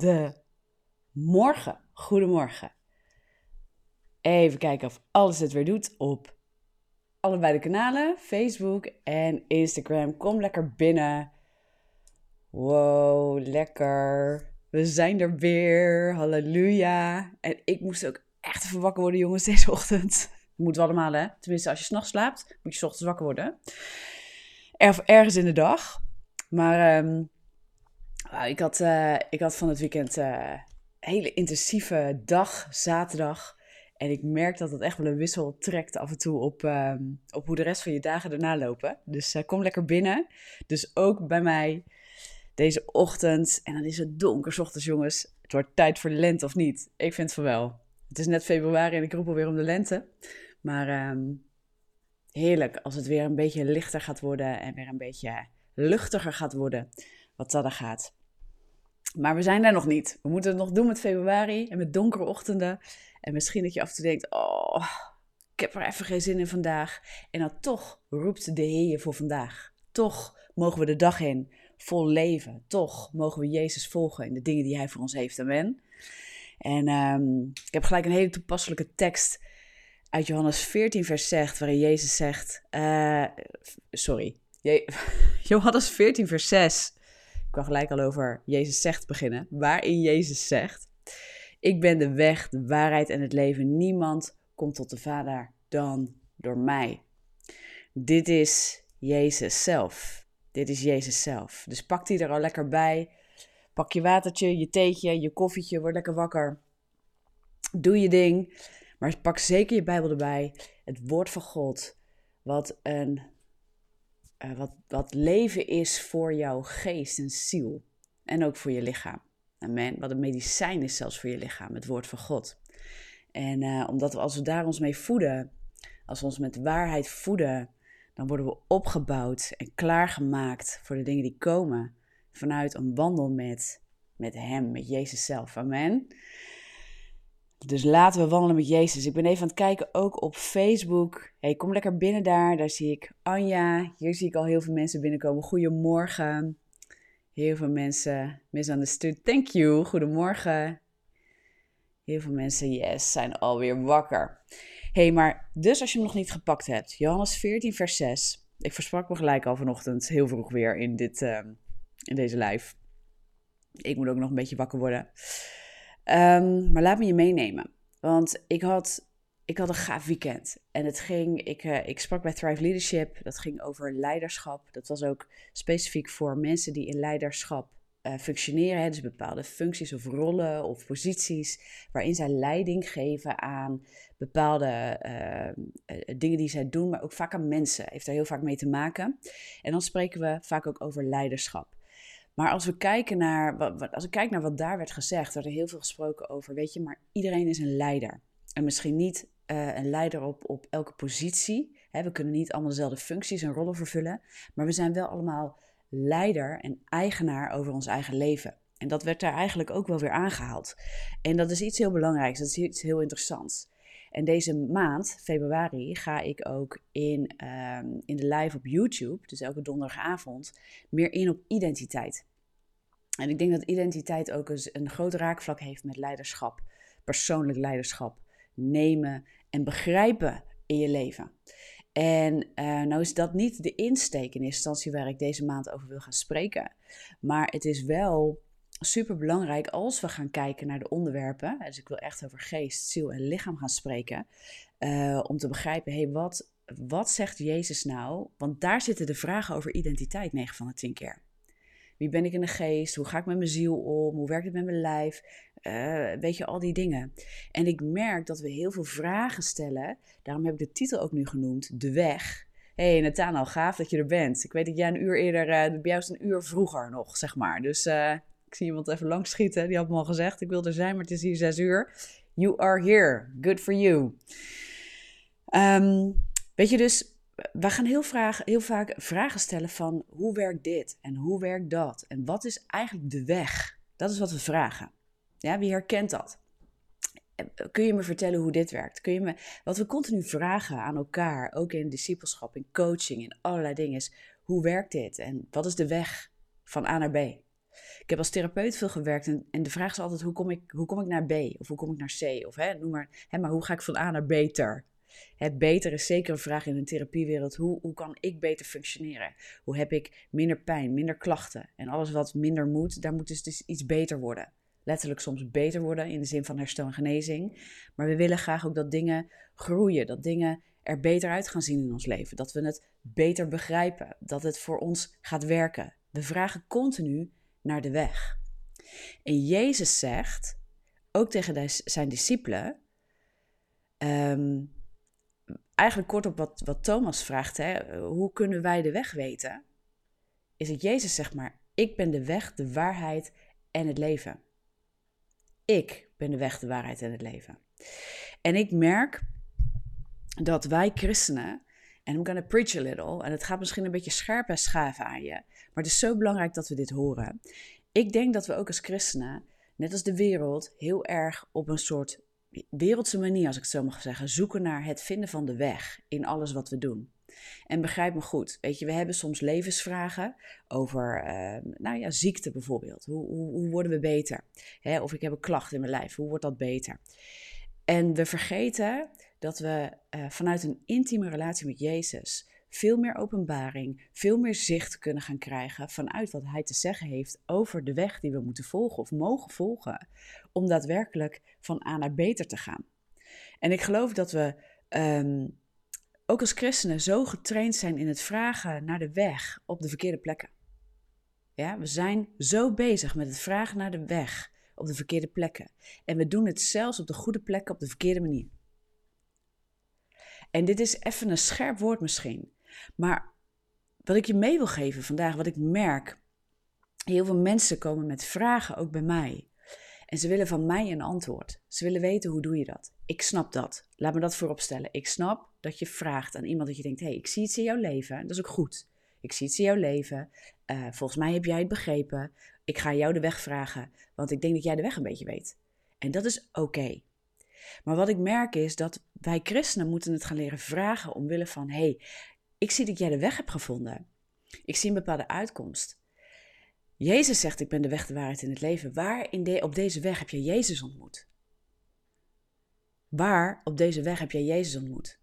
de morgen. Goedemorgen. Even kijken of alles het weer doet op allebei de kanalen. Facebook en Instagram. Kom lekker binnen. Wow, lekker. We zijn er weer. Halleluja. En ik moest ook echt even wakker worden, jongens, deze ochtend. Dat moeten we allemaal, hè? Tenminste, als je 's nachts slaapt, moet je 's ochtends wakker worden. Ergens in de dag. Maar ik had van het weekend een hele intensieve dag, zaterdag. En ik merk dat het echt wel een wissel trekt af en toe op hoe de rest van je dagen erna lopen. Dus kom lekker binnen. Dus ook bij mij deze ochtend. En dan is het donker 's ochtends, jongens. Het wordt tijd voor de lente of niet? Ik vind van wel. Het is net februari en ik roep alweer om de lente. Maar heerlijk als het weer een beetje lichter gaat worden en weer een beetje luchtiger gaat worden wat dat er gaat. Maar we zijn daar nog niet. We moeten het nog doen met februari en met donkere ochtenden. En misschien dat je af en toe denkt, oh, ik heb er even geen zin in vandaag. En dan toch roept de Heer je voor vandaag. Toch mogen we de dag in vol leven. Toch mogen we Jezus volgen in de dingen die Hij voor ons heeft. Amen. En ik heb gelijk een hele toepasselijke tekst uit Johannes 14 vers 6, waarin Jezus zegt... Johannes 14 vers 6... Ik kan gelijk al over Jezus zegt beginnen. Waarin Jezus zegt: ik ben de weg, de waarheid en het leven. Niemand komt tot de Vader dan door mij. Dit is Jezus zelf. Dit is Jezus zelf. Dus pak die er al lekker bij. Pak je watertje, je theetje, je koffietje. Word lekker wakker. Doe je ding. Maar pak zeker je Bijbel erbij. Het woord van God. Wat leven is voor jouw geest en ziel. En ook voor je lichaam. Amen. Wat een medicijn is zelfs voor je lichaam. Het woord van God. En omdat als we daar ons mee voeden. Als we ons met waarheid voeden. Dan worden we opgebouwd en klaargemaakt voor de dingen die komen. Vanuit een wandel met Hem, met Jezus zelf. Amen. Dus laten we wandelen met Jezus. Ik ben even aan het kijken, ook op Facebook. Hey, kom lekker binnen daar. Daar zie ik Anja. Hier zie ik al heel veel mensen binnenkomen. Goedemorgen. Heel veel mensen misunderstood. Thank you. Goedemorgen. Heel veel mensen, yes, zijn alweer wakker. Hey, maar dus als je hem nog niet gepakt hebt. Johannes 14 vers 6. Ik versprak me gelijk al vanochtend heel vroeg weer in deze live. Ik moet ook nog een beetje wakker worden. Maar laat me je meenemen. Want ik had een gaaf weekend. En ik sprak bij Thrive Leadership. Dat ging over leiderschap. Dat was ook specifiek voor mensen die in leiderschap functioneren. Hè, dus bepaalde functies of rollen of posities. Waarin zij leiding geven aan bepaalde dingen die zij doen. Maar ook vaak aan mensen. Heeft daar heel vaak mee te maken. En dan spreken we vaak ook over leiderschap. Maar als ik kijk naar wat daar werd gezegd, werd er heel veel gesproken over, weet je, maar iedereen is een leider. En misschien niet een leider op elke positie. Hè, we kunnen niet allemaal dezelfde functies en rollen vervullen. Maar we zijn wel allemaal leider en eigenaar over ons eigen leven. En dat werd daar eigenlijk ook wel weer aangehaald. En dat is iets heel belangrijks, dat is iets heel interessants. En deze maand, februari, ga ik ook in de live op YouTube, dus elke donderdagavond, meer in op identiteit. En ik denk dat identiteit ook eens een groot raakvlak heeft met leiderschap, persoonlijk leiderschap, nemen en begrijpen in je leven. En nou is dat niet de insteek in eerste instantie waar ik deze maand over wil gaan spreken. Maar het is wel super belangrijk als we gaan kijken naar de onderwerpen. Dus ik wil echt over geest, ziel en lichaam gaan spreken. Om te begrijpen, hey, wat zegt Jezus nou? Want daar zitten de vragen over identiteit 9 van de 10 keer. Wie ben ik in de geest? Hoe ga ik met mijn ziel om? Hoe werkt het met mijn lijf? Weet je, al die dingen. En ik merk dat we heel veel vragen stellen. Daarom heb ik de titel ook nu genoemd, De Weg. Hey Nathanael, gaaf dat je er bent. Ik weet dat jij een uur eerder, bij jou is een uur vroeger nog, zeg maar. Dus ik zie iemand even langs schieten. Die had me al gezegd, ik wil er zijn, maar het is hier 6 uur. You are here. Good for you. Weet je, dus we gaan heel vaak vragen stellen van hoe werkt dit en hoe werkt dat? En wat is eigenlijk de weg? Dat is wat we vragen. Ja, wie herkent dat? Kun je me vertellen hoe dit werkt? Wat we continu vragen aan elkaar, ook in discipelschap, in coaching, in allerlei dingen, is hoe werkt dit? En wat is de weg van A naar B? Ik heb als therapeut veel gewerkt en de vraag is altijd, hoe kom ik naar B? Of hoe kom ik naar C? Of noem maar, maar hoe ga ik van A naar beter? Beter is zeker een vraag in de therapiewereld. Hoe kan ik beter functioneren? Hoe heb ik minder pijn, minder klachten? En alles wat minder moet, daar moet dus iets beter worden. Letterlijk soms beter worden in de zin van herstel en genezing. Maar we willen graag ook dat dingen groeien, dat dingen er beter uit gaan zien in ons leven. Dat we het beter begrijpen, dat het voor ons gaat werken. We vragen continu naar de weg. En Jezus zegt, ook tegen zijn discipelen, eigenlijk kort op wat Thomas vraagt, hoe kunnen wij de weg weten? Is het Jezus zegt maar, ik ben de weg, de waarheid en het leven. Ik ben de weg, de waarheid en het leven. En ik merk dat wij christenen, en I'm gonna preach a little, en het gaat misschien een beetje scherp en schaven aan je, maar het is zo belangrijk dat we dit horen. Ik denk dat we ook als christenen, net als de wereld, heel erg op een soort wereldse manier, als ik het zo mag zeggen, zoeken naar het vinden van de weg in alles wat we doen. En begrijp me goed, weet je, we hebben soms levensvragen over, ziekte bijvoorbeeld. Hoe worden we beter? Of ik heb een klacht in mijn lijf, hoe wordt dat beter? En we vergeten dat we vanuit een intieme relatie met Jezus veel meer openbaring, veel meer zicht kunnen gaan krijgen vanuit wat hij te zeggen heeft over de weg die we moeten volgen of mogen volgen, om daadwerkelijk van A naar beter te gaan. En ik geloof dat we ook als christenen zo getraind zijn in het vragen naar de weg op de verkeerde plekken. Ja, we zijn zo bezig met het vragen naar de weg op de verkeerde plekken. En we doen het zelfs op de goede plekken op de verkeerde manier. En dit is even een scherp woord misschien. Maar wat ik je mee wil geven vandaag, wat ik merk, heel veel mensen komen met vragen, ook bij mij. En ze willen van mij een antwoord. Ze willen weten, hoe doe je dat? Ik snap dat. Laat me dat voorop stellen. Ik snap dat je vraagt aan iemand dat je denkt, ik zie iets in jouw leven. Dat is ook goed. Ik zie iets in jouw leven. Volgens mij heb jij het begrepen. Ik ga jou de weg vragen, want ik denk dat jij de weg een beetje weet. En dat is oké. Maar wat ik merk is dat wij christenen moeten het gaan leren vragen omwille van, ik zie dat jij de weg hebt gevonden. Ik zie een bepaalde uitkomst. Jezus zegt, ik ben de weg, de waarheid en het leven. Waar op deze weg heb je Jezus ontmoet? Waar op deze weg heb jij Jezus ontmoet?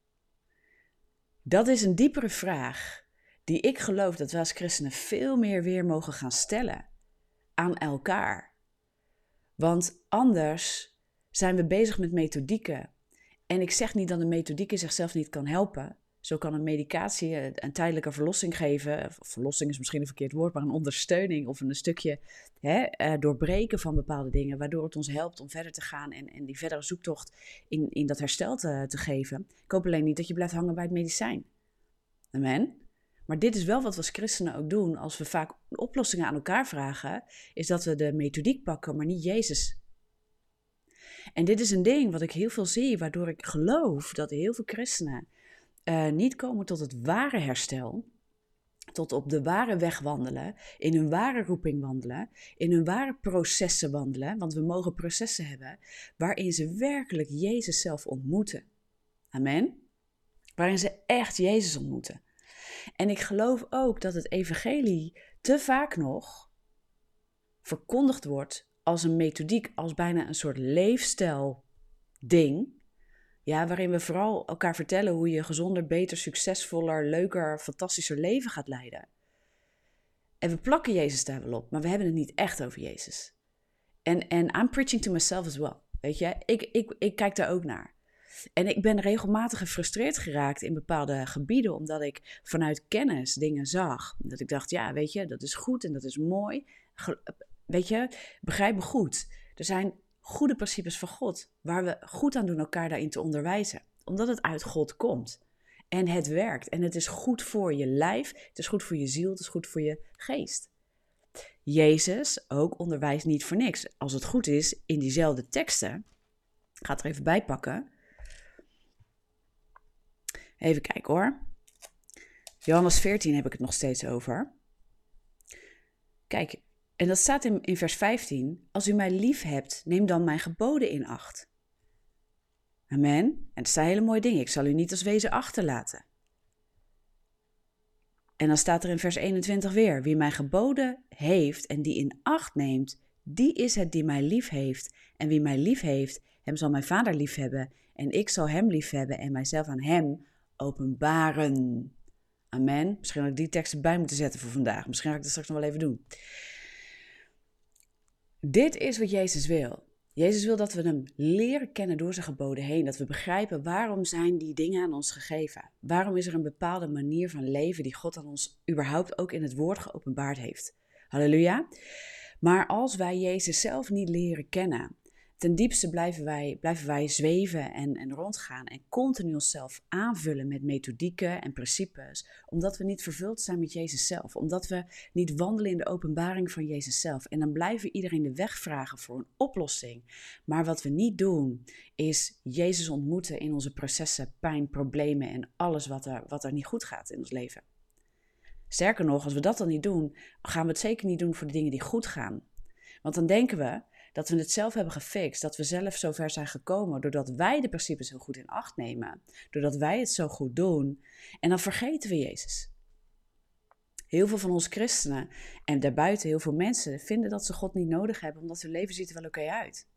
Dat is een diepere vraag die ik geloof dat wij als christenen veel meer weer mogen gaan stellen aan elkaar. Want anders zijn we bezig met methodieken. En ik zeg niet dat een methodiek zichzelf niet kan helpen. Zo kan een medicatie een tijdelijke verlossing geven. Verlossing is misschien een verkeerd woord, maar een ondersteuning of een stukje doorbreken van bepaalde dingen, waardoor het ons helpt om verder te gaan en die verdere zoektocht in dat herstel te geven. Ik hoop alleen niet dat je blijft hangen bij het medicijn. Amen. Maar dit is wel wat we als christenen ook doen als we vaak oplossingen aan elkaar vragen, is dat we de methodiek pakken, maar niet Jezus. En dit is een ding wat ik heel veel zie, waardoor ik geloof dat heel veel christenen niet komen tot het ware herstel, tot op de ware weg wandelen, in hun ware roeping wandelen, in hun ware processen wandelen, want we mogen processen hebben, waarin ze werkelijk Jezus zelf ontmoeten. Amen? Waarin ze echt Jezus ontmoeten. En ik geloof ook dat het evangelie te vaak nog verkondigd wordt als een methodiek, als bijna een soort leefstijl ding, waarin we vooral elkaar vertellen hoe je gezonder, beter, succesvoller, leuker, fantastischer leven gaat leiden. En we plakken Jezus daar wel op, maar we hebben het niet echt over Jezus. En I'm preaching to myself as well, weet je. Ik kijk daar ook naar. En ik ben regelmatig gefrustreerd geraakt in bepaalde gebieden, omdat ik vanuit kennis dingen zag. Dat ik dacht, weet je, dat is goed en dat is mooi. Weet je, begrijp me goed. Er zijn goede principes van God, waar we goed aan doen elkaar daarin te onderwijzen. Omdat het uit God komt. En het werkt. En het is goed voor je lijf, het is goed voor je ziel, het is goed voor je geest. Jezus ook onderwijst niet voor niks. Als het goed is, in diezelfde teksten, ik ga het er even bij pakken. Even kijken hoor. Johannes 14 heb ik het nog steeds over. Kijk, en dat staat in vers 15. Als u mij lief hebt, neem dan mijn geboden in acht. Amen. En dat zijn hele mooie dingen. Ik zal u niet als wezen achterlaten. En dan staat er in vers 21 weer, wie mij geboden heeft en die in acht neemt, die is het die mij lief heeft. En wie mij lief heeft, hem zal mijn Vader lief hebben. En ik zal hem lief hebben en mijzelf aan hem openbaren. Amen. Misschien had ik die tekst erbij moeten zetten voor vandaag. Misschien ga ik dat straks nog wel even doen. Dit is wat Jezus wil. Jezus wil dat we hem leren kennen door zijn geboden heen. Dat we begrijpen waarom zijn die dingen aan ons gegeven. Waarom is er een bepaalde manier van leven die God aan ons überhaupt ook in het woord geopenbaard heeft. Halleluja. Maar als wij Jezus zelf niet leren kennen, ten diepste blijven wij zweven en rondgaan en continu onszelf aanvullen met methodieken en principes, omdat we niet vervuld zijn met Jezus zelf, omdat we niet wandelen in de openbaring van Jezus zelf. En dan blijven we iedereen de weg vragen voor een oplossing. Maar wat we niet doen, is Jezus ontmoeten in onze processen, pijn, problemen en alles wat er niet goed gaat in ons leven. Sterker nog, als we dat dan niet doen, gaan we het zeker niet doen voor de dingen die goed gaan. Want dan denken we dat we het zelf hebben gefixt, dat we zelf zover zijn gekomen doordat wij de principes heel goed in acht nemen, doordat wij het zo goed doen. En dan vergeten we Jezus. Heel veel van ons christenen en daarbuiten heel veel mensen vinden dat ze God niet nodig hebben, omdat hun leven ziet er wel oké uit.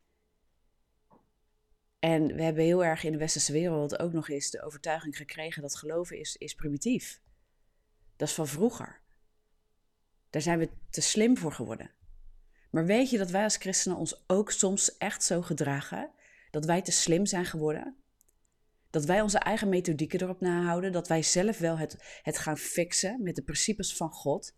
En we hebben heel erg in de westerse wereld ook nog eens de overtuiging gekregen dat geloven is primitief. Dat is van vroeger. Daar zijn we te slim voor geworden. Maar weet je dat wij als christenen ons ook soms echt zo gedragen? Dat wij te slim zijn geworden? Dat wij onze eigen methodieken erop nahouden? Dat wij zelf wel het gaan fixen met de principes van God?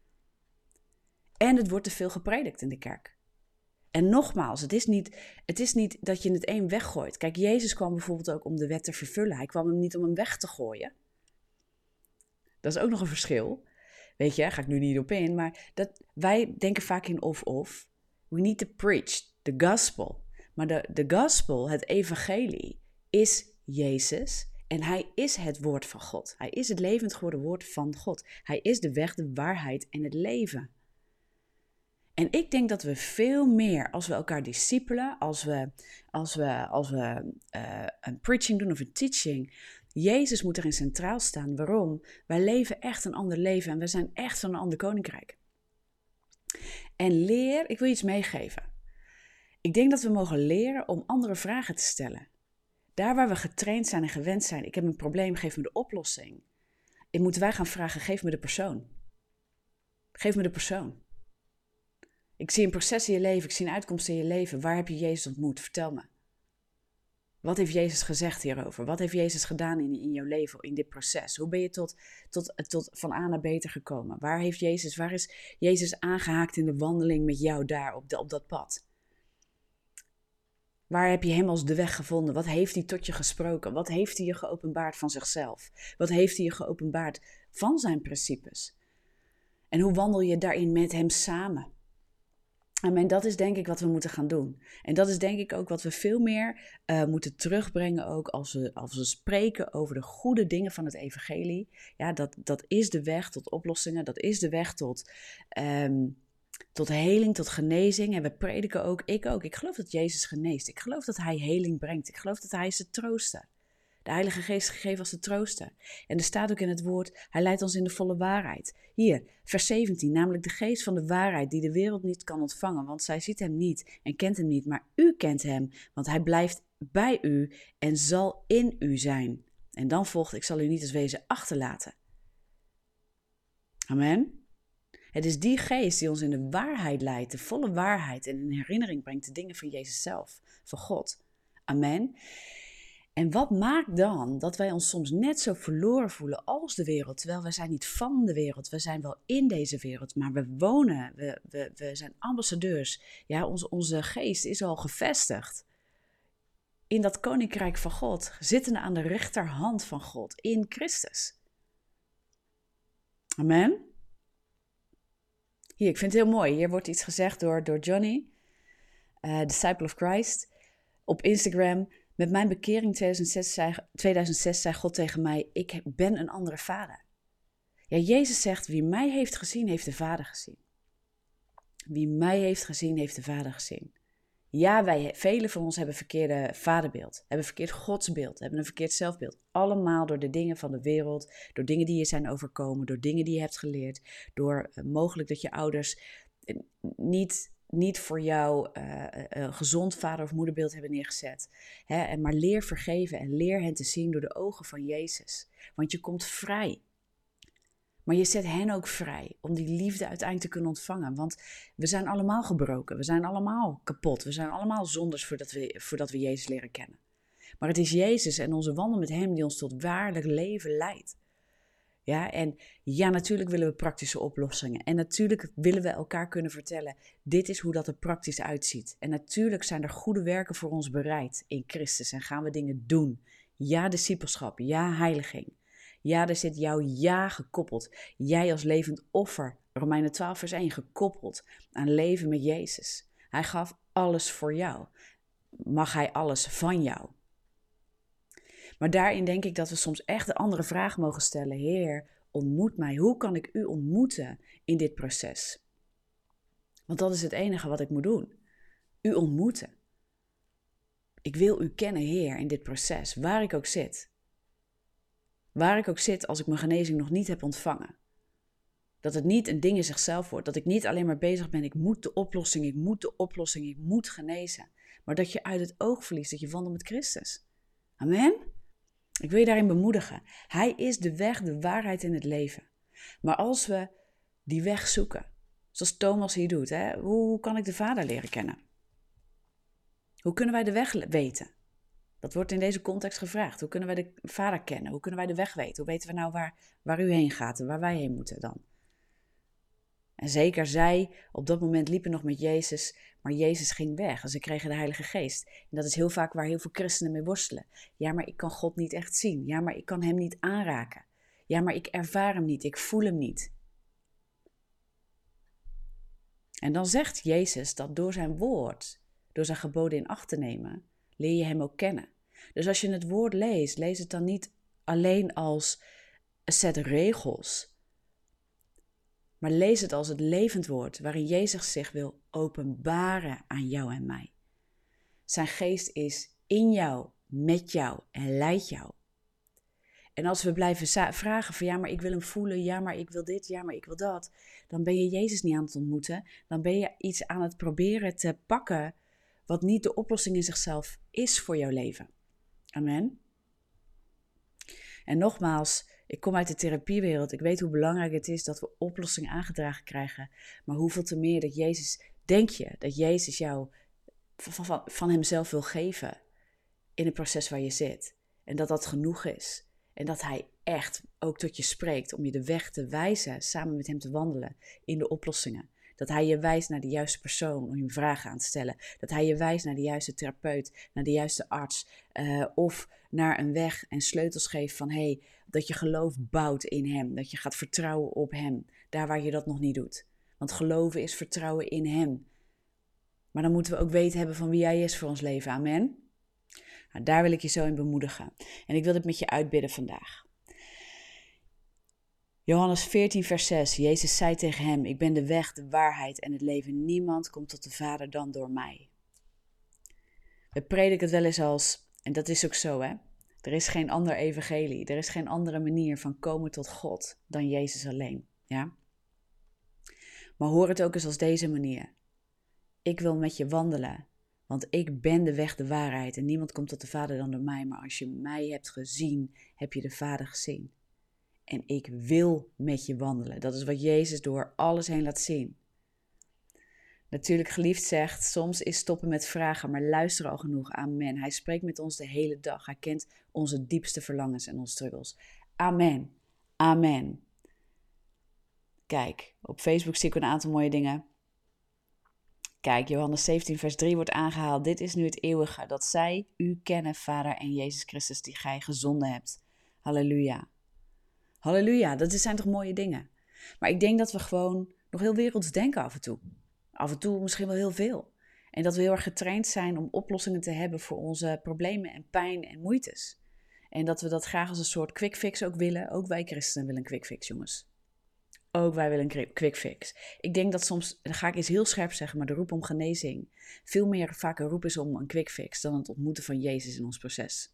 En het wordt te veel gepredikt in de kerk. En nogmaals, het is niet dat je het een weggooit. Kijk, Jezus kwam bijvoorbeeld ook om de wet te vervullen. Hij kwam hem niet om hem weg te gooien. Dat is ook nog een verschil. Weet je, ga ik nu niet op in, maar wij denken vaak in of. We need to preach the gospel. Maar de gospel, het evangelie, is Jezus en hij is het woord van God. Hij is het levend geworden woord van God. Hij is de weg, de waarheid en het leven. En ik denk dat we veel meer, als we elkaar discipelen, als we een preaching doen of een teaching, Jezus moet erin centraal staan. Waarom? Wij leven echt een ander leven en we zijn echt van een ander koninkrijk. En ik wil je iets meegeven. Ik denk dat we mogen leren om andere vragen te stellen. Daar waar we getraind zijn en gewend zijn, ik heb een probleem, geef me de oplossing. Moeten wij gaan vragen, geef me de persoon. Geef me de persoon. Ik zie een proces in je leven, ik zie een uitkomst in je leven. Waar heb je Jezus ontmoet? Vertel me. Wat heeft Jezus gezegd hierover? Wat heeft Jezus gedaan in jouw leven, in dit proces? Hoe ben je tot van A naar B gekomen? Waar is Jezus aangehaakt in de wandeling met jou daar op dat pad? Waar heb je hem als de weg gevonden? Wat heeft hij tot je gesproken? Wat heeft hij je geopenbaard van zichzelf? Wat heeft hij je geopenbaard van zijn principes? En hoe wandel je daarin met hem samen? En dat is denk ik wat we moeten gaan doen. En dat is denk ik ook wat we veel meer moeten terugbrengen ook als we spreken over de goede dingen van het evangelie. Ja, dat is de weg tot oplossingen, dat is de weg tot heling, tot genezing. En we prediken ook, ik geloof dat Jezus geneest. Ik geloof dat hij heling brengt. Ik geloof dat hij is de trooster. De Heilige Geest gegeven als de trooster. En er staat ook in het woord, hij leidt ons in de volle waarheid. Hier, vers 17, namelijk de geest van de waarheid die de wereld niet kan ontvangen, want zij ziet hem niet en kent hem niet, maar u kent hem, want hij blijft bij u en zal in u zijn. En dan volgt, ik zal u niet als wezen achterlaten. Amen. Het is die geest die ons in de waarheid leidt, de volle waarheid en in herinnering brengt de dingen van Jezus zelf, van God. Amen. En wat maakt dan dat wij ons soms net zo verloren voelen als de wereld, terwijl wij zijn niet van de wereld, we zijn wel in deze wereld, maar we wonen, we zijn ambassadeurs. Ja, onze geest is al gevestigd in dat koninkrijk van God, zittende aan de rechterhand van God, in Christus. Amen. Hier, ik vind het heel mooi, hier wordt iets gezegd door Johnny, Disciple of Christ, op Instagram. Met mijn bekering 2006 zei God tegen mij, ik ben een andere vader. Ja, Jezus zegt, wie mij heeft gezien, heeft de Vader gezien. Wie mij heeft gezien, heeft de Vader gezien. Ja, velen van ons hebben verkeerde vaderbeeld, hebben verkeerd godsbeeld, hebben een verkeerd zelfbeeld. Allemaal door de dingen van de wereld, door dingen die je zijn overkomen, door dingen die je hebt geleerd, door mogelijk dat je ouders niet voor jou een gezond vader- of moederbeeld hebben neergezet. Maar leer vergeven en leer hen te zien door de ogen van Jezus. Want je komt vrij. Maar je zet hen ook vrij om die liefde uiteindelijk te kunnen ontvangen. Want we zijn allemaal gebroken, we zijn allemaal kapot, we zijn allemaal zondaars voordat we Jezus leren kennen. Maar het is Jezus en onze wandel met hem die ons tot waarlijk leven leidt. Ja, en ja, natuurlijk willen we praktische oplossingen. En natuurlijk willen we elkaar kunnen vertellen, dit is hoe dat er praktisch uitziet. En natuurlijk zijn er goede werken voor ons bereid in Christus en gaan we dingen doen. Ja, discipelschap, ja, heiliging. Ja, er zit jouw ja gekoppeld. Jij als levend offer, Romeinen 12 vers 1, gekoppeld aan leven met Jezus. Hij gaf alles voor jou. Mag hij alles van jou? Maar daarin denk ik dat we soms echt de andere vraag mogen stellen. Heer, ontmoet mij. Hoe kan ik u ontmoeten in dit proces? Want dat is het enige wat ik moet doen. U ontmoeten. Ik wil u kennen, Heer, in dit proces, waar ik ook zit. Waar ik ook zit als ik mijn genezing nog niet heb ontvangen. Dat het niet een ding in zichzelf wordt. Dat ik niet alleen maar bezig ben, ik moet de oplossing, ik moet de oplossing, ik moet genezen. Maar dat je uit het oog verliest, dat je wandelt met Christus. Amen? Ik wil je daarin bemoedigen. Hij is de weg, de waarheid in het leven. Maar als we die weg zoeken, zoals Thomas hier doet, hoe kan ik de Vader leren kennen? Hoe kunnen wij de weg weten? Dat wordt in deze context gevraagd. Hoe kunnen wij de Vader kennen? Hoe kunnen wij de weg weten? Hoe weten we nou waar u heen gaat en waar wij heen moeten dan? En zeker zij op dat moment liepen nog met Jezus, maar Jezus ging weg en ze kregen de Heilige Geest. En dat is heel vaak waar heel veel christenen mee worstelen. Ja, maar ik kan God niet echt zien. Ja, maar ik kan hem niet aanraken. Ja, maar ik ervaar hem niet. Ik voel hem niet. En dan zegt Jezus dat door zijn woord, door zijn geboden in acht te nemen, leer je hem ook kennen. Dus als je het woord leest, lees het dan niet alleen als een set regels, maar lees het als het levend woord waarin Jezus zich wil openbaren aan jou en mij. Zijn geest is in jou, met jou en leidt jou. En als we blijven vragen van ja, maar ik wil hem voelen, ja, maar ik wil dit, ja, maar ik wil dat, dan ben je Jezus niet aan het ontmoeten. Dan ben je iets aan het proberen te pakken wat niet de oplossing in zichzelf is voor jouw leven. Amen. En nogmaals, ik kom uit de therapiewereld. Ik weet hoe belangrijk het is dat we oplossingen aangedragen krijgen. Maar hoeveel te meer dat Jezus, denk je, dat Jezus jou van hemzelf wil geven in het proces waar je zit. En dat dat genoeg is. En dat hij echt ook tot je spreekt om je de weg te wijzen, samen met hem te wandelen in de oplossingen. Dat hij je wijst naar de juiste persoon om je vragen aan te stellen. Dat hij je wijst naar de juiste therapeut, naar de juiste arts. Of naar een weg en sleutels geeft van dat je geloof bouwt in hem. Dat je gaat vertrouwen op hem, daar waar je dat nog niet doet. Want geloven is vertrouwen in hem. Maar dan moeten we ook weten hebben van wie hij is voor ons leven. Amen. Nou, daar wil ik je zo in bemoedigen. En ik wil dit met je uitbidden vandaag. Johannes 14 vers 6. Jezus zei tegen hem, ik ben de weg, de waarheid en het leven. Niemand komt tot de Vader dan door mij. We prediken het wel eens als, en dat is ook zo hè. Er is geen ander evangelie. Er is geen andere manier van komen tot God dan Jezus alleen. Ja? Maar hoor het ook eens als deze manier. Ik wil met je wandelen. Want ik ben de weg, de waarheid en niemand komt tot de Vader dan door mij. Maar als je mij hebt gezien, heb je de Vader gezien. En ik wil met je wandelen. Dat is wat Jezus door alles heen laat zien. Natuurlijk geliefd zegt, soms is stoppen met vragen, maar luisteren al genoeg. Amen. Hij spreekt met ons de hele dag. Hij kent onze diepste verlangens en onze struggles. Amen. Amen. Kijk, op Facebook zie ik een aantal mooie dingen. Kijk, Johannes 17 vers 3 wordt aangehaald. Dit is nu het eeuwige, dat zij u kennen, Vader en Jezus Christus, die gij gezonden hebt. Halleluja. Halleluja, dat zijn toch mooie dingen. Maar ik denk dat we gewoon nog heel werelds denken af en toe. Af en toe misschien wel heel veel. En dat we heel erg getraind zijn om oplossingen te hebben voor onze problemen en pijn en moeites. En dat we dat graag als een soort quick fix ook willen. Ook wij christenen willen een quick fix, jongens. Ook wij willen een quick fix. Ik denk dat soms, dan ga ik eens heel scherp zeggen, maar de roep om genezing veel meer vaak een roep is om een quick fix dan het ontmoeten van Jezus in ons proces.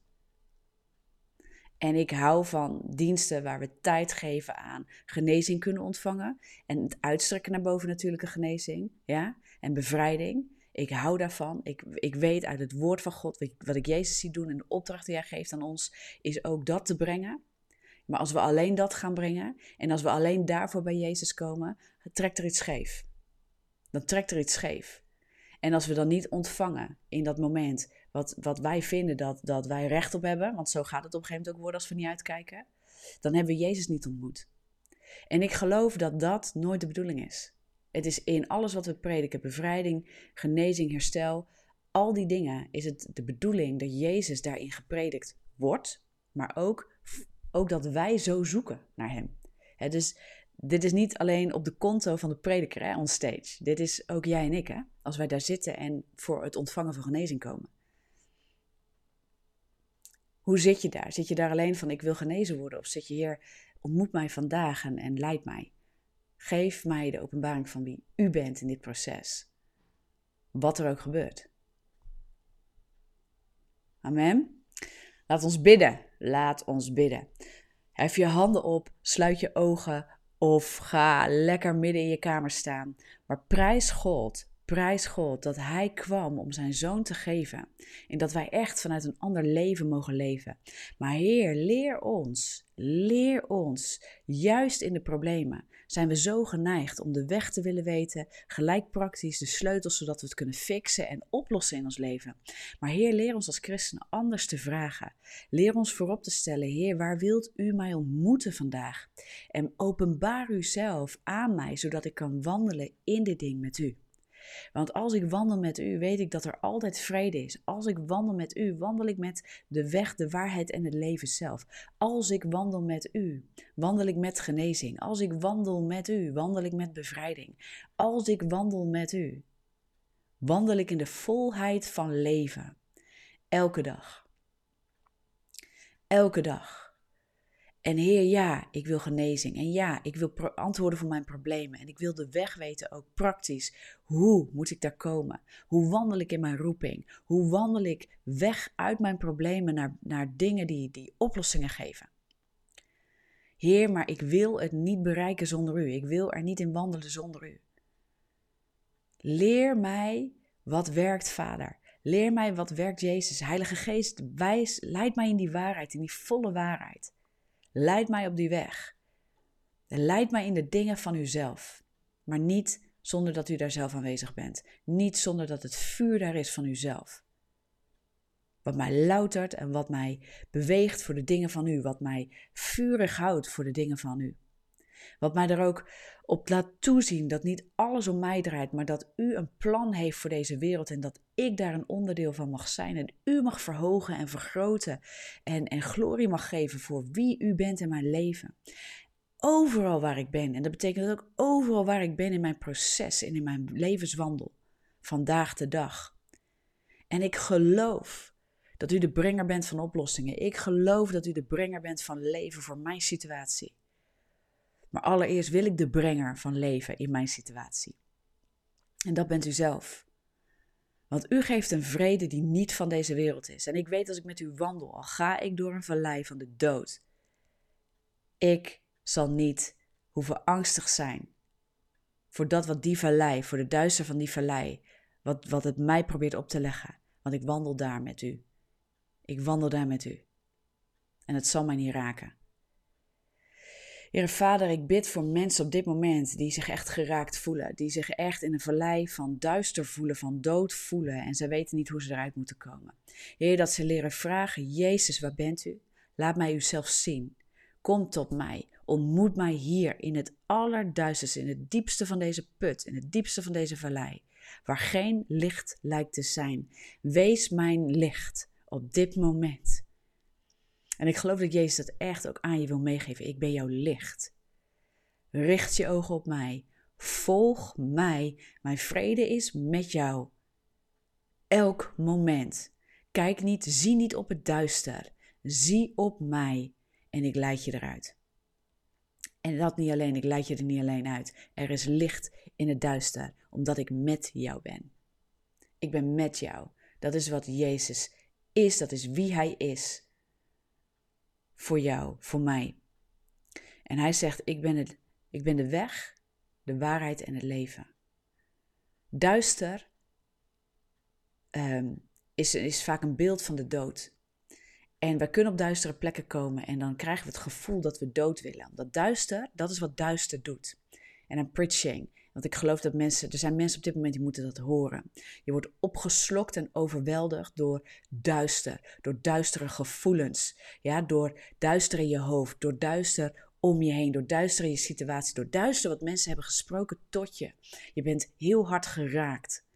En ik hou van diensten waar we tijd geven aan genezing kunnen ontvangen. En het uitstrekken naar bovennatuurlijke genezing. Ja? En bevrijding. Ik hou daarvan. Ik weet uit het woord van God, wat ik Jezus zie doen en de opdracht die hij geeft aan ons, is ook dat te brengen. Maar als we alleen dat gaan brengen en als we alleen daarvoor bij Jezus komen, trekt er iets scheef. Dan trekt er iets scheef. En als we dan niet ontvangen in dat moment wat wij vinden dat wij recht op hebben, want zo gaat het op een gegeven moment ook worden als we niet uitkijken, dan hebben we Jezus niet ontmoet. En ik geloof dat dat nooit de bedoeling is. Het is in alles wat we prediken, bevrijding, genezing, herstel, al die dingen is het de bedoeling dat Jezus daarin gepredikt wordt, maar ook dat wij zo zoeken naar hem. Dus dit is niet alleen op de konto van de prediker, on stage. Dit is ook jij en ik, als wij daar zitten en voor het ontvangen van genezing komen. Hoe zit je daar? Zit je daar alleen van ik wil genezen worden? Of zit je hier, ontmoet mij vandaag en leid mij. Geef mij de openbaring van wie u bent in dit proces. Wat er ook gebeurt. Amen. Laat ons bidden. Hef je handen op, sluit je ogen of ga lekker midden in je kamer staan. Maar prijs God dat hij kwam om zijn zoon te geven. En dat wij echt vanuit een ander leven mogen leven. Maar Heer, leer ons, juist in de problemen zijn we zo geneigd om de weg te willen weten, gelijk praktisch de sleutels zodat we het kunnen fixen en oplossen in ons leven. Maar Heer, leer ons als christenen anders te vragen. Leer ons voorop te stellen, Heer, waar wilt u mij ontmoeten vandaag? En openbaar uzelf aan mij, zodat ik kan wandelen in dit ding met u. Want als ik wandel met u, weet ik dat er altijd vrede is. Als ik wandel met u, wandel ik met de weg, de waarheid en het leven zelf. Als ik wandel met u, wandel ik met genezing. Als ik wandel met u, wandel ik met bevrijding. Als ik wandel met u, wandel ik in de volheid van leven. Elke dag. Elke dag. En Heer, ja, ik wil genezing. En ja, ik wil antwoorden voor mijn problemen. En ik wil de weg weten, ook praktisch. Hoe moet ik daar komen? Hoe wandel ik in mijn roeping? Hoe wandel ik weg uit mijn problemen naar dingen die oplossingen geven? Heer, maar ik wil het niet bereiken zonder u. Ik wil er niet in wandelen zonder u. Leer mij wat werkt, Vader. Leer mij wat werkt, Jezus. Heilige Geest, leid mij in die waarheid, in die volle waarheid. Leid mij op die weg. Leid mij in de dingen van uzelf. Maar niet zonder dat u daar zelf aanwezig bent. Niet zonder dat het vuur daar is van uzelf. Wat mij loutert en wat mij beweegt voor de dingen van u. Wat mij vurig houdt voor de dingen van u. Wat mij er ook op laat toezien dat niet alles om mij draait, maar dat u een plan heeft voor deze wereld en dat ik daar een onderdeel van mag zijn en u mag verhogen en vergroten en glorie mag geven voor wie u bent in mijn leven. Overal waar ik ben, en dat betekent ook overal waar ik ben in mijn proces en in mijn levenswandel, vandaag de dag. En ik geloof dat u de brenger bent van oplossingen. Ik geloof dat u de brenger bent van leven voor mijn situatie. Maar allereerst wil ik de brenger van leven in mijn situatie. En dat bent u zelf. Want u geeft een vrede die niet van deze wereld is. En ik weet als ik met u wandel, al ga ik door een vallei van de dood. Ik zal niet hoeven angstig zijn voor dat wat die vallei, voor de duister van die vallei, wat het mij probeert op te leggen. Want ik wandel daar met u. Ik wandel daar met u. En het zal mij niet raken. Heere Vader, ik bid voor mensen op dit moment die zich echt geraakt voelen. Die zich echt in een vallei van duister voelen, van dood voelen. En ze weten niet hoe ze eruit moeten komen. Heer, dat ze leren vragen, Jezus, waar bent u? Laat mij uzelf zien. Kom tot mij. Ontmoet mij hier in het allerduisterste, in het diepste van deze put, in het diepste van deze vallei. Waar geen licht lijkt te zijn. Wees mijn licht op dit moment. En ik geloof dat Jezus dat echt ook aan je wil meegeven. Ik ben jouw licht. Richt je ogen op mij. Volg mij. Mijn vrede is met jou. Elk moment. Kijk niet, zie niet op het duister. Zie op mij en ik leid je eruit. En dat niet alleen, ik leid je er niet alleen uit. Er is licht in het duister, omdat ik met jou ben. Ik ben met jou. Dat is wat Jezus is, dat is wie hij is. Voor jou, voor mij. En hij zegt, ik ben de weg, de waarheid en het leven. Duister is vaak een beeld van de dood. En wij kunnen op duistere plekken komen en dan krijgen we het gevoel dat we dood willen. Dat duister, dat is wat duister doet. En I'm preaching, want ik geloof dat er zijn mensen op dit moment die moeten dat horen. Je wordt opgeslokt en overweldigd door duistere gevoelens. Ja, door duister in je hoofd, door duister om je heen, door duister in je situatie, door duister wat mensen hebben gesproken tot je. Je bent heel hard geraakt.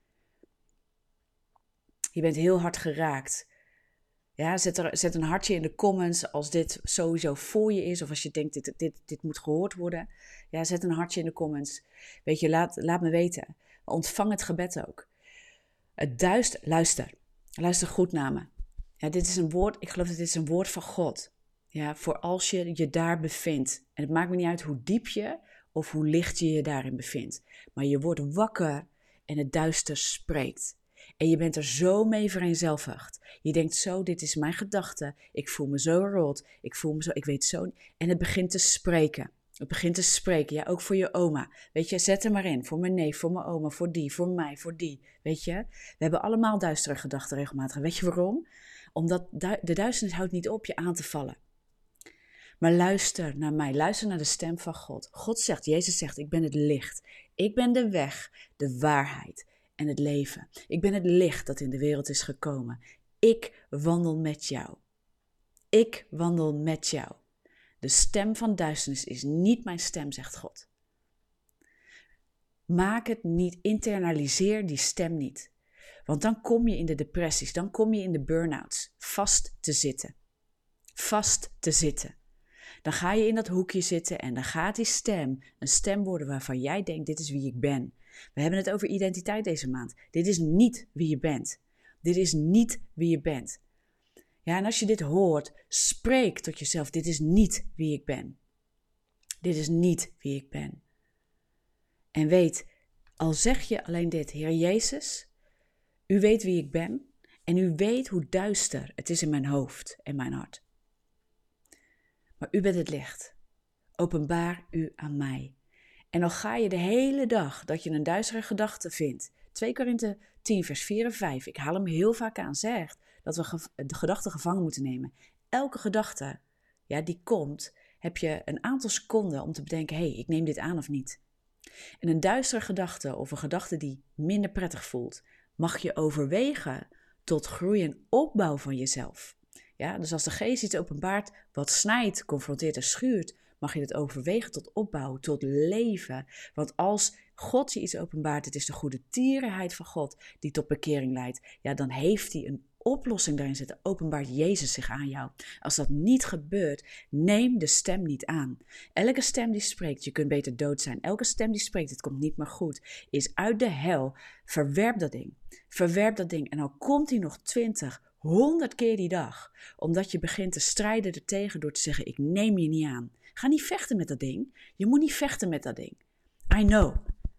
Je bent heel hard geraakt. Ja, zet een hartje in de comments als dit sowieso voor je is. Of als je denkt, dit moet gehoord worden. Ja, zet een hartje in de comments. Weet je, laat me weten. Ontvang het gebed ook. Het duister, luister goed naar me. Ja, dit is een woord, ik geloof dat dit is een woord van God. Ja, voor als je je daar bevindt. En het maakt me niet uit hoe diep je of hoe licht je je daarin bevindt. Maar je wordt wakker en het duister spreekt. En je bent er zo mee vereenzelvigd. Je denkt zo, dit is mijn gedachte. Ik voel me zo rot. Ik voel me zo, ik weet zo. En het begint te spreken. Het begint te spreken, ja, ook voor je oma. Weet je, zet er maar in. Voor mijn neef, voor mijn oma, voor die, voor mij, voor die. Weet je, we hebben allemaal duistere gedachten regelmatig. Weet je waarom? Omdat de duisternis houdt niet op je aan te vallen. Maar luister naar mij, luister naar de stem van God. God zegt, Jezus zegt, ik ben het licht. Ik ben de weg, de waarheid en het leven. Ik ben het licht dat in de wereld is gekomen. Ik wandel met jou. Ik wandel met jou. De stem van duisternis is niet mijn stem, zegt God. Maak het niet, internaliseer die stem niet. Want dan kom je in de depressies, dan kom je in de burn-outs. Vast te zitten. Vast te zitten. Dan ga je in dat hoekje zitten en dan gaat die stem een stem worden waarvan jij denkt, dit is wie ik ben. We hebben het over identiteit deze maand. Dit is niet wie je bent. Dit is niet wie je bent. Ja, en als je dit hoort, spreek tot jezelf, dit is niet wie ik ben. Dit is niet wie ik ben. En weet, al zeg je alleen dit, Heer Jezus, u weet wie ik ben en u weet hoe duister het is in mijn hoofd en mijn hart. Maar u bent het licht. Openbaar u aan mij. En dan ga je de hele dag dat je een duistere gedachte vindt. 2 Korinthe 10 vers 4 en 5. Ik haal hem heel vaak aan. Zegt dat we de gedachte gevangen moeten nemen. Elke gedachte die komt, heb je een aantal seconden om te bedenken, hé, ik neem dit aan of niet. En een duistere gedachte of een gedachte die minder prettig voelt, mag je overwegen tot groei en opbouw van jezelf. Ja, dus als de geest iets openbaart wat snijdt, confronteert en schuurt, mag je het overwegen tot opbouw, tot leven. Want als God je iets openbaart, het is de goede tierenheid van God die tot bekering leidt. Ja, dan heeft hij een oplossing daarin zitten. Openbaart Jezus zich aan jou. Als dat niet gebeurt, neem de stem niet aan. Elke stem die spreekt, je kunt beter dood zijn. Elke stem die spreekt, het komt niet meer goed, is uit de hel. Verwerp dat ding. Verwerp dat ding. En dan komt hij nog 20, 100 keer die dag. Omdat je begint te strijden ertegen door te zeggen, ik neem je niet aan. Ga niet vechten met dat ding. Je moet niet vechten met dat ding. I know.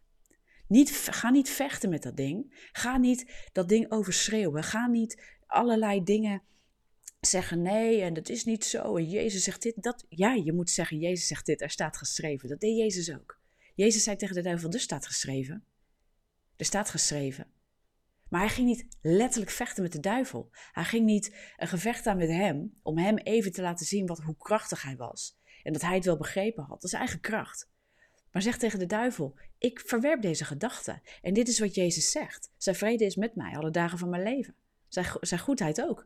Ga niet vechten met dat ding. Ga niet dat ding overschreeuwen. Ga niet allerlei dingen zeggen, nee, en dat is niet zo. En Jezus zegt dit, dat. Ja, je moet zeggen, Jezus zegt dit, er staat geschreven. Dat deed Jezus ook. Jezus zei tegen de duivel, er staat geschreven. Er staat geschreven. Maar hij ging niet letterlijk vechten met de duivel. Hij ging niet een gevecht aan met hem, om hem even te laten zien hoe krachtig hij was. En dat hij het wel begrepen had. Dat is eigen kracht. Maar zeg tegen de duivel, ik verwerp deze gedachten. En dit is wat Jezus zegt. Zijn vrede is met mij alle dagen van mijn leven. Zijn goedheid ook.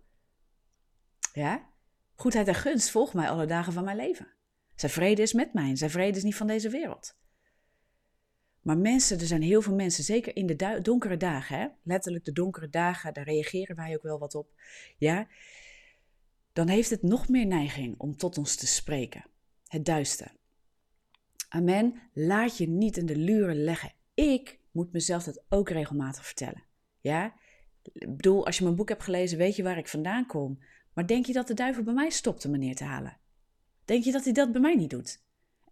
Ja? Goedheid en gunst volgt mij alle dagen van mijn leven. Zijn vrede is met mij en zijn vrede is niet van deze wereld. Maar mensen, er zijn heel veel mensen, zeker in de donkere dagen, hè? Letterlijk de donkere dagen, daar reageren wij ook wel wat op. Ja? Dan heeft het nog meer neiging om tot ons te spreken. Het duister. Amen. Laat je niet in de luren leggen. Ik moet mezelf dat ook regelmatig vertellen. Ja? Ik bedoel, als je mijn boek hebt gelezen, weet je waar ik vandaan kom. Maar denk je dat de duivel bij mij stopt om me neer te halen? Denk je dat hij dat bij mij niet doet?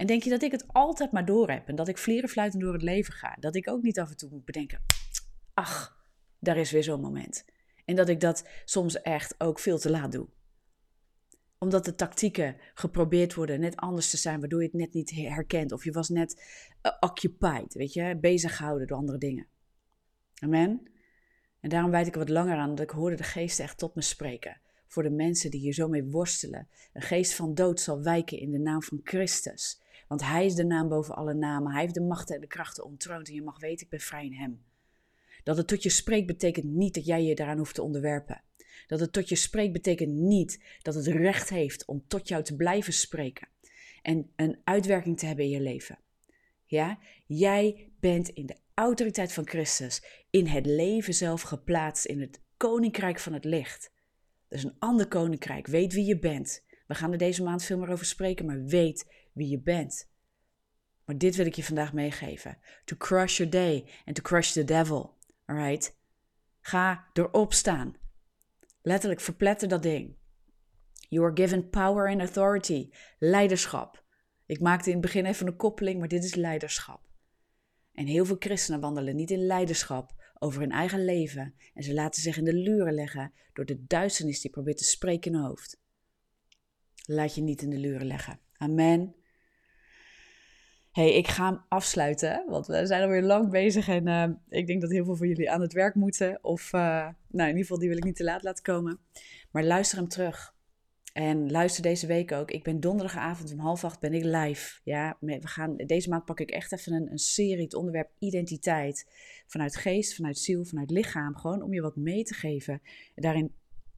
En denk je dat ik het altijd maar door heb en dat ik vlierenfluitend door het leven ga? Dat ik ook niet af en toe moet bedenken, ach, daar is weer zo'n moment. En dat ik dat soms echt ook veel te laat doe. Omdat de tactieken geprobeerd worden net anders te zijn, waardoor je het net niet herkent. Of je was net occupied, weet je, bezig gehouden door andere dingen. Amen. En daarom wijd ik er wat langer aan, dat ik hoorde de geest echt tot me spreken. Voor de mensen die hier zo mee worstelen. Een geest van dood zal wijken in de naam van Christus. Want hij is de naam boven alle namen. Hij heeft de machten en de krachten ontroond. En je mag weten, ik ben vrij in hem. Dat het tot je spreekt betekent niet dat jij je daaraan hoeft te onderwerpen. Dat het tot je spreekt betekent niet dat het recht heeft om tot jou te blijven spreken. En een uitwerking te hebben in je leven. Ja? Jij bent in de autoriteit van Christus, in het leven zelf geplaatst, in het koninkrijk van het licht. Dat is een ander koninkrijk. Weet wie je bent. We gaan er deze maand veel meer over spreken, maar weet wie je bent. Maar dit wil ik je vandaag meegeven. To crush your day and to crush the devil. Alright? Ga erop staan. Letterlijk, verpletter dat ding. You are given power and authority. Leiderschap. Ik maakte in het begin even een koppeling, maar dit is leiderschap. En heel veel christenen wandelen niet in leiderschap over hun eigen leven. En ze laten zich in de luren leggen door de duisternis die probeert te spreken in hun hoofd. Laat je niet in de luren leggen. Amen. Hey, ik ga hem afsluiten, want we zijn alweer lang bezig en ik denk dat heel veel van jullie aan het werk moeten. Of in ieder geval, die wil ik niet te laat laten komen. Maar luister hem terug. En luister deze week ook. Ik ben donderdagavond om 7:30 ben ik live. Ja, deze maand pak ik echt even een serie, het onderwerp identiteit. Vanuit geest, vanuit ziel, vanuit lichaam. Gewoon om je wat mee te geven. En daarin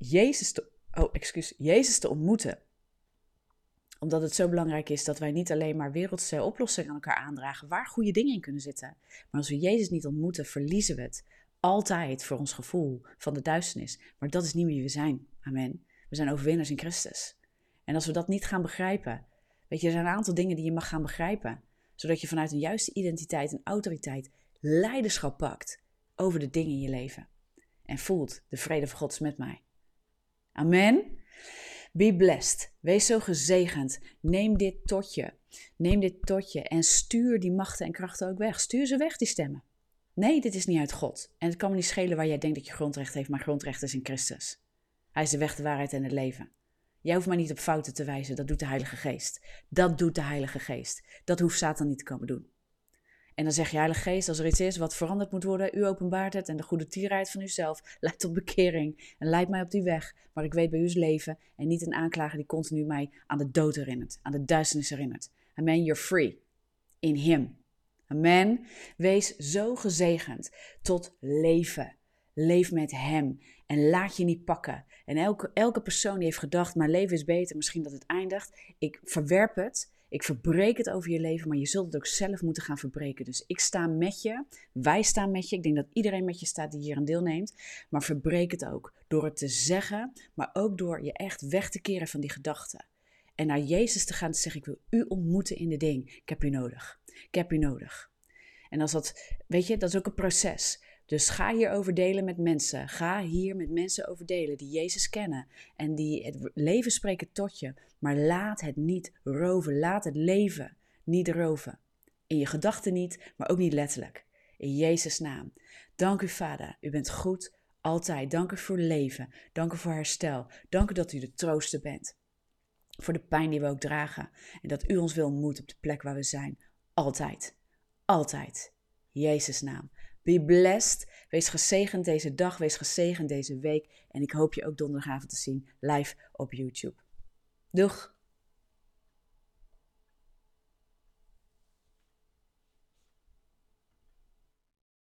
Jezus te ontmoeten. Omdat het zo belangrijk is dat wij niet alleen maar wereldse oplossingen aan elkaar aandragen. Waar goede dingen in kunnen zitten. Maar als we Jezus niet ontmoeten, verliezen we het. Altijd voor ons gevoel van de duisternis. Maar dat is niet wie we zijn. Amen. We zijn overwinnaars in Christus. En als we dat niet gaan begrijpen, weet je, er zijn een aantal dingen die je mag gaan begrijpen. Zodat je vanuit een juiste identiteit en autoriteit leiderschap pakt over de dingen in je leven. En voelt, de vrede van God is met mij. Amen. Be blessed. Wees zo gezegend. Neem dit tot je. Neem dit tot je en stuur die machten en krachten ook weg. Stuur ze weg, die stemmen. Nee, dit is niet uit God. En het kan me niet schelen waar jij denkt dat je grondrecht heeft, maar grondrecht is in Christus. Hij is de weg, de waarheid en het leven. Jij hoeft maar niet op fouten te wijzen, dat doet de Heilige Geest. Dat doet de Heilige Geest. Dat hoeft Satan niet te komen doen. En dan zeg je, Heilige Geest, als er iets is wat veranderd moet worden, u openbaart het en de goede tierheid van uzelf leidt tot bekering en leidt mij op die weg. Maar ik weet bij u is leven en niet een aanklager die continu mij aan de dood herinnert, aan de duisternis herinnert. Amen, you're free in him. Amen. Wees zo gezegend tot leven. Leef met hem en laat je niet pakken. En elke persoon die heeft gedacht, mijn leven is beter, misschien dat het eindigt. Ik verwerp het, ik verbreek het over je leven, maar je zult het ook zelf moeten gaan verbreken. Dus ik sta met je, wij staan met je. Ik denk dat iedereen met je staat die hier aan deelneemt. Maar verbreek het ook door het te zeggen, maar ook door je echt weg te keren van die gedachten. En naar Jezus te gaan te zeggen, ik wil u ontmoeten in de ding. Ik heb u nodig. Ik heb u nodig. En als dat, weet je, dat is ook een proces. Dus ga hierover delen met mensen. Ga hier met mensen over delen die Jezus kennen. En die het leven spreken tot je. Maar laat het niet roven. Laat het leven niet roven. In je gedachten niet, maar ook niet letterlijk. In Jezus' naam. Dank u, Vader. U bent goed, altijd. Dank u voor leven. Dank u voor herstel. Dank u dat u de trooster bent. Voor de pijn die we ook dragen. En dat u ons wil ontmoeten op de plek waar we zijn. Altijd. Altijd. Jezus' naam. Be blessed. Wees gezegend deze dag. Wees gezegend deze week. En ik hoop je ook donderdagavond te zien live op YouTube. Doeg!